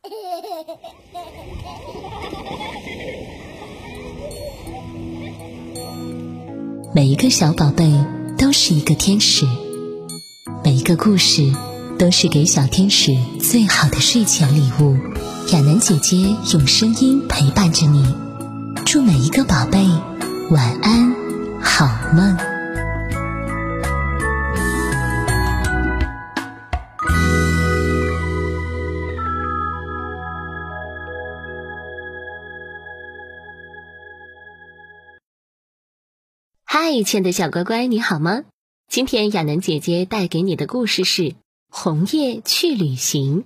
每一个小宝贝都是一个天使，每一个故事都是给小天使最好的睡前礼物。亚楠姐姐用声音陪伴着你，祝每一个宝贝晚安，好梦。嗨，亲爱的小乖乖，你好吗？今天亚楠姐姐带给你的故事是红叶去旅行。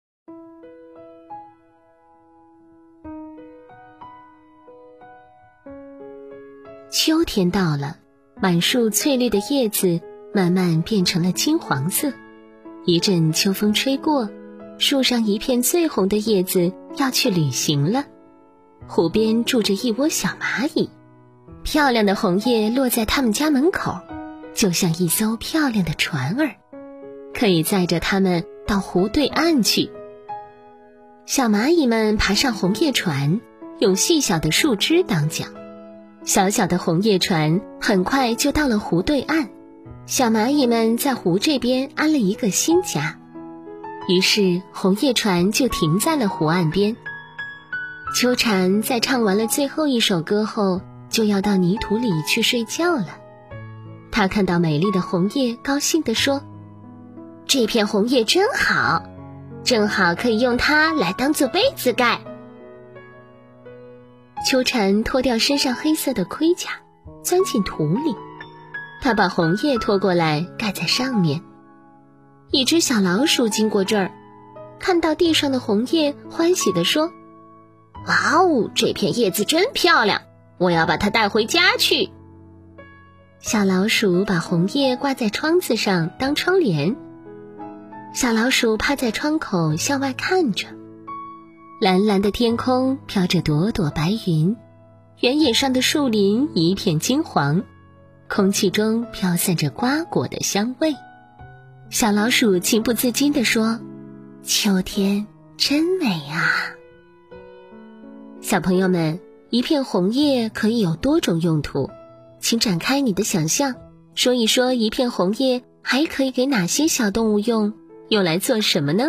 秋天到了，满树翠绿的叶子慢慢变成了金黄色。一阵秋风吹过，树上一片最红的叶子要去旅行了。湖边住着一窝小蚂蚁，漂亮的红叶落在他们家门口，就像一艘漂亮的船儿，可以载着它们到湖对岸去。小蚂蚁们爬上红叶船，用细小的树枝当桨，小小的红叶船很快就到了湖对岸。小蚂蚁们在湖这边安了一个新家，于是红叶船就停在了湖岸边。秋蝉在唱完了最后一首歌后，就要到泥土里去睡觉了。他看到美丽的红叶，高兴地说：这片红叶真好，正好可以用它来当做被子盖。秋蝉脱掉身上黑色的盔甲，钻进土里，他把红叶拖过来盖在上面。一只小老鼠经过这儿，看到地上的红叶，欢喜地说：哇哦，这片叶子真漂亮，我要把它带回家去。小老鼠把红叶挂在窗子上当窗帘。小老鼠趴在窗口向外看着，蓝蓝的天空飘着朵朵白云，原野上的树林一片金黄，空气中飘散着瓜果的香味。小老鼠情不自禁地说：秋天真美啊。小朋友们，一片红叶可以有多种用途，请展开你的想象，说一说一片红叶还可以给哪些小动物用，用来做什么呢？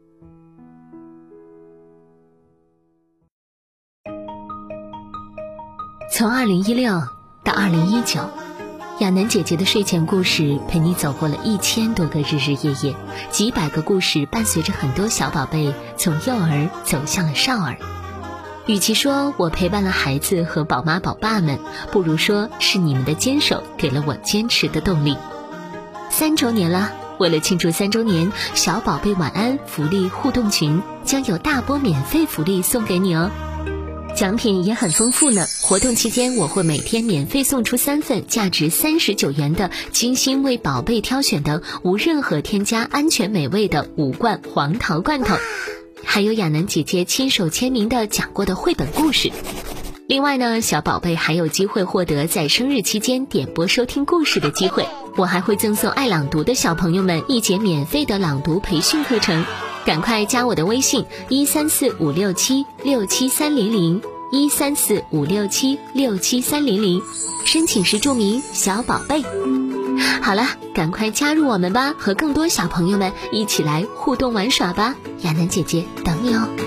从2016到2019，亚楠姐姐的睡前故事陪你走过了1000多个日日夜夜，几百个故事伴随着很多小宝贝从幼儿走向了少儿。与其说我陪伴了孩子和宝妈宝爸们，不如说是你们的坚守给了我坚持的动力。3周年了，为了庆祝3周年，小宝贝晚安福利互动群将有大波免费福利送给你哦，奖品也很丰富呢。活动期间我会每天免费送出3份价值39元的精心为宝贝挑选的无任何添加安全美味的5罐黄桃罐头，还有亚楠姐姐亲手签名的讲过的绘本故事。另外呢，小宝贝还有机会获得在生日期间点播收听故事的机会。我还会赠送爱朗读的小朋友们1节免费的朗读培训课程，赶快加我的微信13456767300，13456767300，申请时注明小宝贝。好了，赶快加入我们吧，和更多小朋友们一起来互动玩耍吧，亚楠姐姐等你哦。